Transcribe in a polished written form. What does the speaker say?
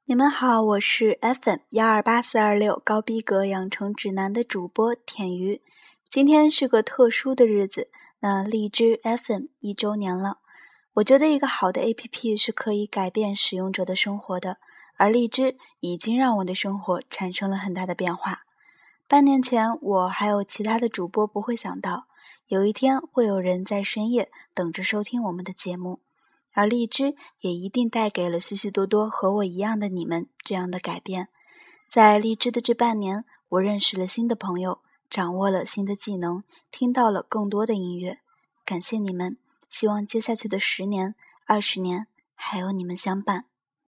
你们好，我是 FM1284426高逼格养成指南的主播舔鱼。今天是个特殊的日子，那荔枝 FM 1周年了。我觉得一个好的 APP 是可以改变使用者的生活的，而荔枝已经让我的生活产生了很大的变化。半年前，我还有其他的主播不会想到，有一天会有人在深夜等着收听我们的节目。而荔枝也一定带给了许许多多和我一样的你们这样的改变。在荔枝的这半年，我认识了新的朋友，掌握了新的技能，听到了更多的音乐。感谢你们，希望接下去的10年、20年还有你们相伴。